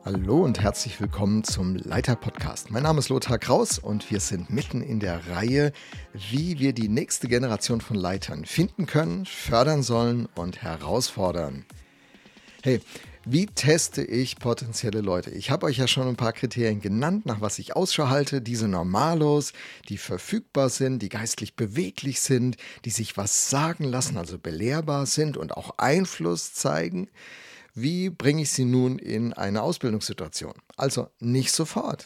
Hallo und herzlich willkommen zum Leiter-Podcast. Mein Name ist Lothar Kraus und wir sind mitten in der Reihe, wie wir die nächste Generation von Leitern finden können, fördern sollen und herausfordern. Hey, wie teste ich potenzielle Leute? Ich habe euch ja schon ein paar Kriterien genannt, nach was ich Ausschau halte. Diese Normalos, die verfügbar sind, die geistlich beweglich sind, die sich was sagen lassen, also belehrbar sind und auch Einfluss zeigen. Wie bringe ich sie nun in eine Ausbildungssituation? Also nicht sofort.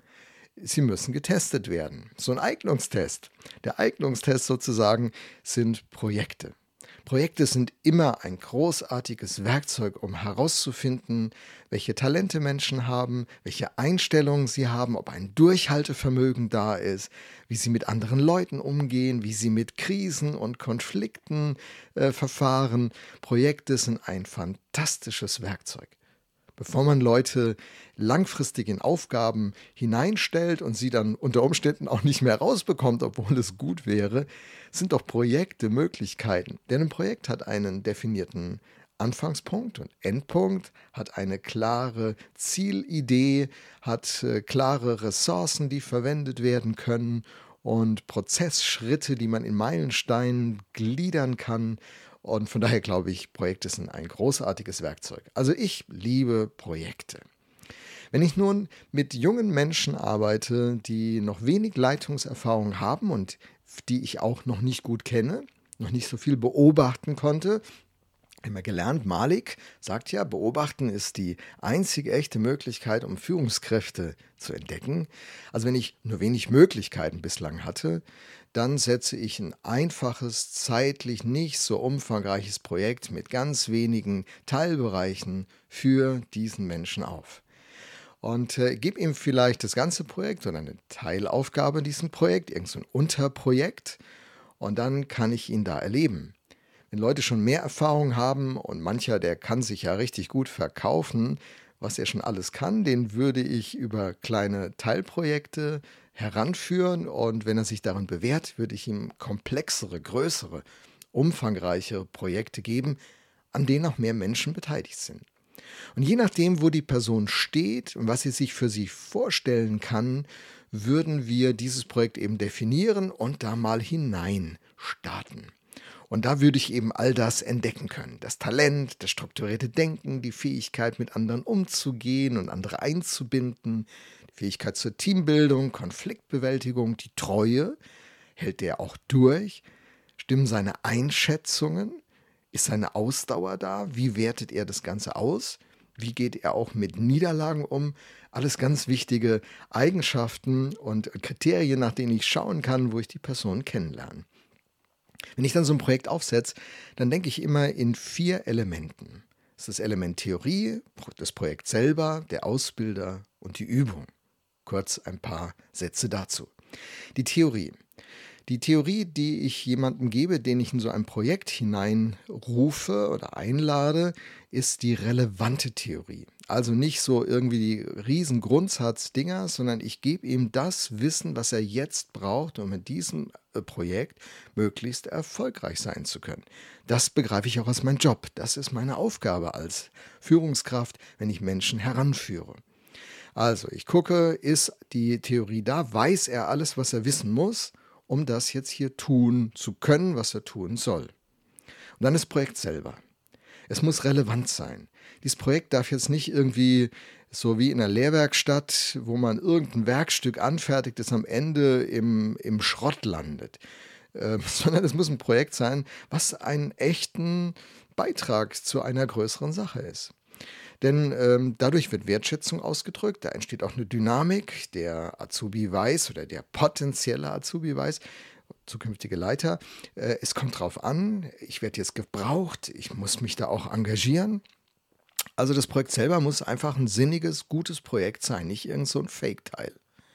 Sie müssen getestet werden. So ein Eignungstest. Der Eignungstest sozusagen sind Projekte. Projekte sind immer ein großartiges Werkzeug, um herauszufinden, welche Talente Menschen haben, welche Einstellungen sie haben, ob ein Durchhaltevermögen da ist, wie sie mit anderen Leuten umgehen, wie sie mit Krisen und Konflikten verfahren. Projekte sind ein fantastisches Werkzeug. Bevor man Leute langfristig in Aufgaben hineinstellt und sie dann unter Umständen auch nicht mehr rausbekommt, obwohl es gut wäre, sind doch Projekte Möglichkeiten. Denn ein Projekt hat einen definierten Anfangspunkt und Endpunkt, hat eine klare Zielidee, hat klare Ressourcen, die verwendet werden können und Prozessschritte, die man in Meilensteinen gliedern kann. Und von daher glaube ich, Projekte sind ein großartiges Werkzeug. Also ich liebe Projekte. Wenn ich nun mit jungen Menschen arbeite, die noch wenig Leitungserfahrung haben und die ich auch noch nicht gut kenne, noch nicht so viel beobachten konnte, immer gelernt, Malik sagt ja, beobachten ist die einzige echte Möglichkeit, um Führungskräfte zu entdecken. Also wenn ich nur wenig Möglichkeiten bislang hatte, dann setze ich ein einfaches, zeitlich nicht so umfangreiches Projekt mit ganz wenigen Teilbereichen für diesen Menschen auf. Und gebe ihm vielleicht das ganze Projekt oder eine Teilaufgabe in diesem Projekt, irgend so ein Unterprojekt, und dann kann ich ihn da erleben. Wenn Leute schon mehr Erfahrung haben und mancher, der kann sich ja richtig gut verkaufen, was er schon alles kann, den würde ich über kleine Teilprojekte heranführen, und wenn er sich darin bewährt, würde ich ihm komplexere, größere, umfangreichere Projekte geben, an denen auch mehr Menschen beteiligt sind. Und je nachdem, wo die Person steht und was sie sich für sich vorstellen kann, würden wir dieses Projekt eben definieren und da mal hinein starten. Und da würde ich eben all das entdecken können. Das Talent, das strukturierte Denken, die Fähigkeit, mit anderen umzugehen und andere einzubinden, die Fähigkeit zur Teambildung, Konfliktbewältigung, die Treue. Hält der auch durch? Stimmen seine Einschätzungen? Ist seine Ausdauer da? Wie wertet er das Ganze aus? Wie geht er auch mit Niederlagen um? Alles ganz wichtige Eigenschaften und Kriterien, nach denen ich schauen kann, wo ich die Person kennenlerne. Wenn ich dann so ein Projekt aufsetze, dann denke ich immer in 4 Elementen. Das ist das Element Theorie, das Projekt selber, der Ausbilder und die Übung. Kurz ein paar Sätze dazu. Die Theorie. Die Theorie, die ich jemandem gebe, den ich in so ein Projekt hineinrufe oder einlade, ist die relevante Theorie. Also nicht so irgendwie die riesen Grundsatzdinger, sondern ich gebe ihm das Wissen, was er jetzt braucht, um mit diesem Projekt möglichst erfolgreich sein zu können. Das begreife ich auch als mein Job. Das ist meine Aufgabe als Führungskraft, wenn ich Menschen heranführe. Also ich gucke, ist die Theorie da? Weiß er alles, was er wissen muss, um das jetzt hier tun zu können, was er tun soll? Und dann das Projekt selber. Es muss relevant sein. Dieses Projekt darf jetzt nicht irgendwie so wie in einer Lehrwerkstatt, wo man irgendein Werkstück anfertigt, das am Ende im Schrott landet. Sondern es muss ein Projekt sein, was einen echten Beitrag zu einer größeren Sache ist. Denn dadurch wird Wertschätzung ausgedrückt, da entsteht auch eine Dynamik. Der Azubi weiß oder der potenzielle Azubi weiß, zukünftige Leiter, es kommt drauf an, ich werde jetzt gebraucht, ich muss mich da auch engagieren. Also das Projekt selber muss einfach ein sinniges, gutes Projekt sein, nicht irgend so ein Fake-Teil.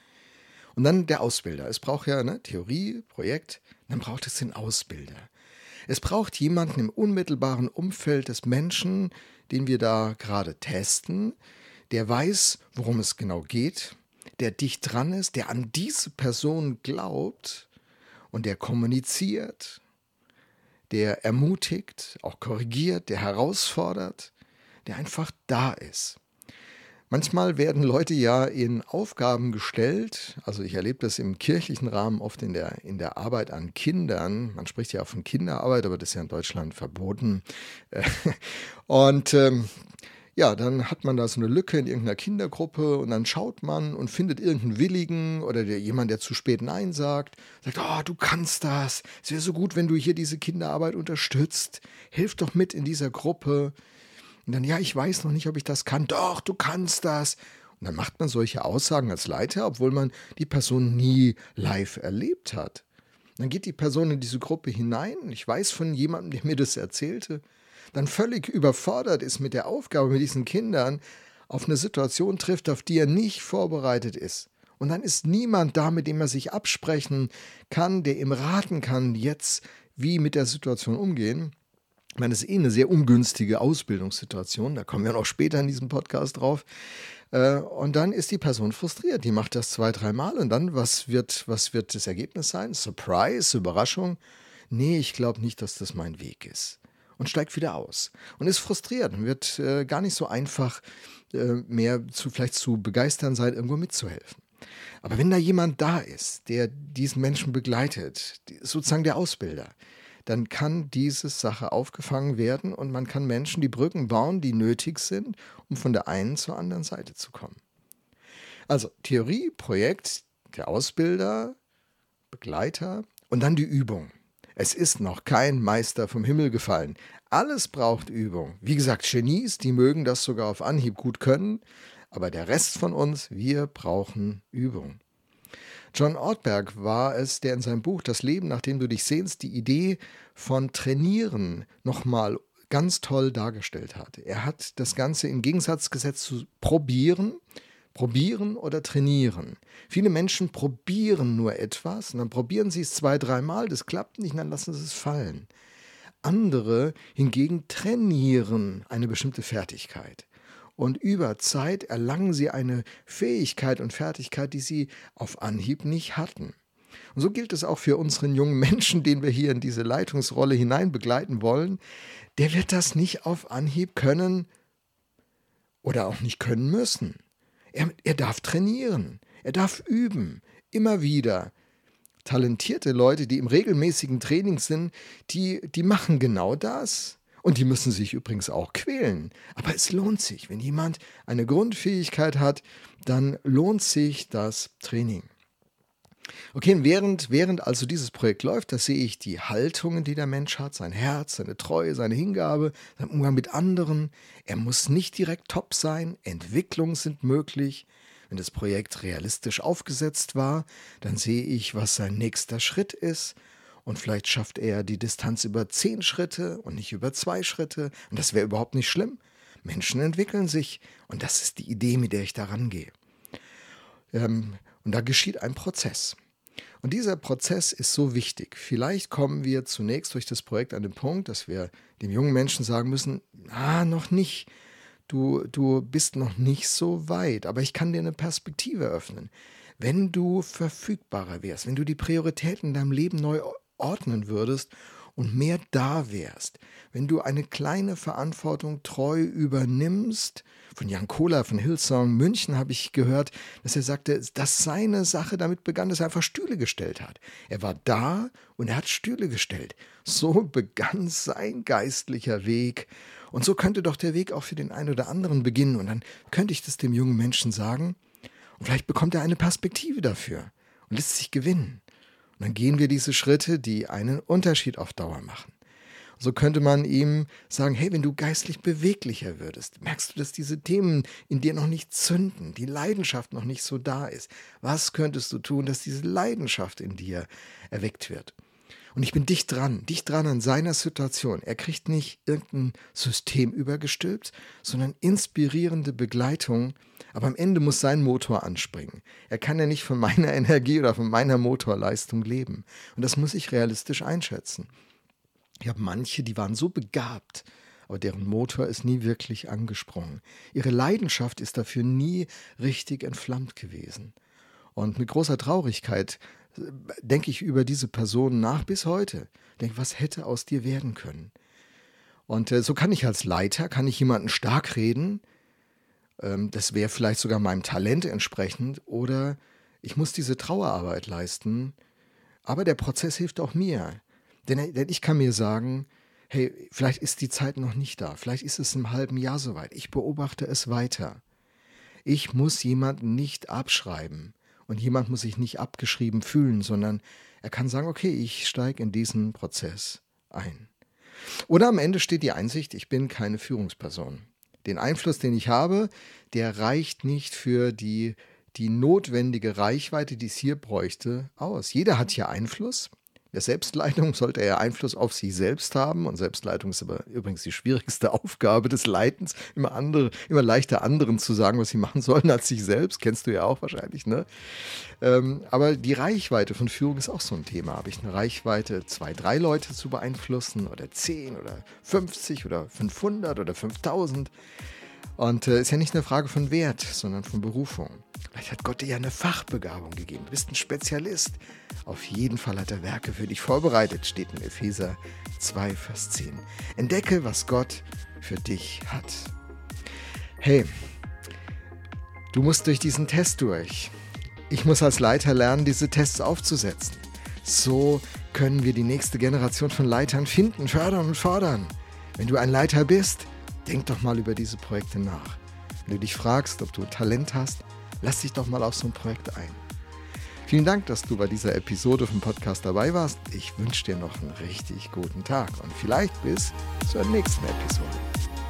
Und dann der Ausbilder. Es braucht ja Theorie, Projekt, dann braucht es den Ausbilder. Es braucht jemanden im unmittelbaren Umfeld des Menschen, den wir da gerade testen, der weiß, worum es genau geht, der dicht dran ist, der an diese Person glaubt und der kommuniziert, der ermutigt, auch korrigiert, der herausfordert, der einfach da ist. Manchmal werden Leute ja in Aufgaben gestellt, also ich erlebe das im kirchlichen Rahmen oft in der Arbeit an Kindern. Man spricht ja auch von Kinderarbeit, aber das ist ja in Deutschland verboten. Äh, Und ja, dann hat man da so eine Lücke in irgendeiner Kindergruppe und dann schaut man und findet irgendeinen Willigen oder jemand, der zu spät Nein sagt, sagt, oh, du kannst das. Es wäre so gut, wenn du hier diese Kinderarbeit unterstützt. Hilf doch mit in dieser Gruppe. Und dann, ja, ich weiß noch nicht, ob ich das kann. Doch, du kannst das. Und dann macht man solche Aussagen als Leiter, obwohl man die Person nie live erlebt hat. Dann geht die Person in diese Gruppe hinein. Ich weiß von jemandem, der mir das erzählte, dann völlig überfordert ist mit der Aufgabe, mit diesen Kindern, auf eine Situation trifft, auf die er nicht vorbereitet ist. Und dann ist niemand da, mit dem er sich absprechen kann, der ihm raten kann, jetzt wie mit der Situation umgehen. Ich meine, das ist eine sehr ungünstige Ausbildungssituation, da kommen wir noch später in diesem Podcast drauf. Und dann ist die Person frustriert, die macht das 2, 3 Mal und dann, was wird das Ergebnis sein? Surprise, Überraschung? Nee, ich glaube nicht, dass das mein Weg ist. Und steigt wieder aus und ist frustriert und wird gar nicht so einfach mehr vielleicht zu begeistern sein, irgendwo mitzuhelfen. Aber wenn da jemand da ist, der diesen Menschen begleitet, sozusagen der Ausbilder, dann kann diese Sache aufgefangen werden und man kann Menschen die Brücken bauen, die nötig sind, um von der einen zur anderen Seite zu kommen. Also Theorie, Projekt, der Ausbilder, Begleiter und dann die Übung. Es ist noch kein Meister vom Himmel gefallen. Alles braucht Übung. Wie gesagt, Genies, die mögen das sogar auf Anhieb gut können, aber der Rest von uns, wir brauchen Übung. John Ortberg war es, der in seinem Buch Das Leben, nach dem du dich sehnst, die Idee von Trainieren nochmal ganz toll dargestellt hat. Er hat das Ganze im Gegensatz gesetzt zu probieren oder trainieren. Viele Menschen probieren nur etwas und dann probieren sie es 2, 3 Mal, das klappt nicht und dann lassen sie es fallen. Andere hingegen trainieren eine bestimmte Fertigkeit. Und über Zeit erlangen sie eine Fähigkeit und Fertigkeit, die sie auf Anhieb nicht hatten. Und so gilt es auch für unseren jungen Menschen, den wir hier in diese Leitungsrolle hinein begleiten wollen. Der wird das nicht auf Anhieb können oder auch nicht können müssen. Er darf trainieren, er darf üben, immer wieder. Talentierte Leute, die im regelmäßigen Training sind, die machen genau das. Und die müssen sich übrigens auch quälen. Aber es lohnt sich. Wenn jemand eine Grundfähigkeit hat, dann lohnt sich das Training. Okay, während also dieses Projekt läuft, da sehe ich die Haltungen, die der Mensch hat, sein Herz, seine Treue, seine Hingabe, sein Umgang mit anderen. Er muss nicht direkt top sein, Entwicklungen sind möglich. Wenn das Projekt realistisch aufgesetzt war, dann sehe ich, was sein nächster Schritt ist. Und vielleicht schafft er die Distanz über 10 Schritte und nicht über 2 Schritte. Und das wäre überhaupt nicht schlimm. Menschen entwickeln sich und das ist die Idee, mit der ich da rangehe. Und da geschieht ein Prozess. Und dieser Prozess ist so wichtig. Vielleicht kommen wir zunächst durch das Projekt an den Punkt, dass wir dem jungen Menschen sagen müssen, noch nicht, du bist noch nicht so weit, aber ich kann dir eine Perspektive öffnen. Wenn du verfügbarer wärst, wenn du die Prioritäten in deinem Leben neu ordnen würdest und mehr da wärst, wenn du eine kleine Verantwortung treu übernimmst. Von Jan Kohler von Hillsong München habe ich gehört, dass er sagte, dass seine Sache damit begann, dass er einfach Stühle gestellt hat. Er war da und er hat Stühle gestellt. So begann sein geistlicher Weg. Und so könnte doch der Weg auch für den einen oder anderen beginnen. Und dann könnte ich das dem jungen Menschen sagen. Und vielleicht bekommt er eine Perspektive dafür und lässt sich gewinnen. Und dann gehen wir diese Schritte, die einen Unterschied auf Dauer machen. So könnte man ihm sagen, hey, wenn du geistlich beweglicher würdest, merkst du, dass diese Themen in dir noch nicht zünden, die Leidenschaft noch nicht so da ist. Was könntest du tun, dass diese Leidenschaft in dir erweckt wird? Und ich bin dicht dran an seiner Situation. Er kriegt nicht irgendein System übergestülpt, sondern inspirierende Begleitung. Aber am Ende muss sein Motor anspringen. Er kann ja nicht von meiner Energie oder von meiner Motorleistung leben. Und das muss ich realistisch einschätzen. Ich habe manche, die waren so begabt, aber deren Motor ist nie wirklich angesprungen. Ihre Leidenschaft ist dafür nie richtig entflammt gewesen. Und mit großer Traurigkeit denke ich über diese Person nach bis heute. Denke, was hätte aus dir werden können? Und so kann ich als Leiter, kann ich jemanden stark reden, Das wäre vielleicht sogar meinem Talent entsprechend. Oder ich muss diese Trauerarbeit leisten. Aber der Prozess hilft auch mir. Denn ich kann mir sagen, hey, vielleicht ist die Zeit noch nicht da. Vielleicht ist es im halben Jahr soweit. Ich beobachte es weiter. Ich muss jemanden nicht abschreiben. Und jemand muss sich nicht abgeschrieben fühlen, sondern er kann sagen, okay, ich steige in diesen Prozess ein. Oder am Ende steht die Einsicht, ich bin keine Führungsperson. Den Einfluss, den ich habe, der reicht nicht für die notwendige Reichweite, die es hier bräuchte, aus. Jeder hat hier Einfluss. In der Selbstleitung sollte er Einfluss auf sich selbst haben. Und Selbstleitung ist aber übrigens die schwierigste Aufgabe des Leitens. Immer leichter anderen zu sagen, was sie machen sollen, als sich selbst. Kennst du ja auch wahrscheinlich, ne? Aber die Reichweite von Führung ist auch so ein Thema. Habe ich eine Reichweite, 2, 3 Leute zu beeinflussen oder 10 oder 50 oder 500 oder 5000? Und ist ja nicht eine Frage von Wert, sondern von Berufung. Vielleicht hat Gott dir ja eine Fachbegabung gegeben. Du bist ein Spezialist. Auf jeden Fall hat er Werke für dich vorbereitet, steht in Epheser 2, Vers 10. Entdecke, was Gott für dich hat. Hey, du musst durch diesen Test durch. Ich muss als Leiter lernen, diese Tests aufzusetzen. So können wir die nächste Generation von Leitern finden, fördern und fordern. Wenn du ein Leiter bist, denk doch mal über diese Projekte nach. Wenn du dich fragst, ob du Talent hast, lass dich doch mal auf so ein Projekt ein. Vielen Dank, dass du bei dieser Episode vom Podcast dabei warst. Ich wünsche dir noch einen richtig guten Tag und vielleicht bis zur nächsten Episode.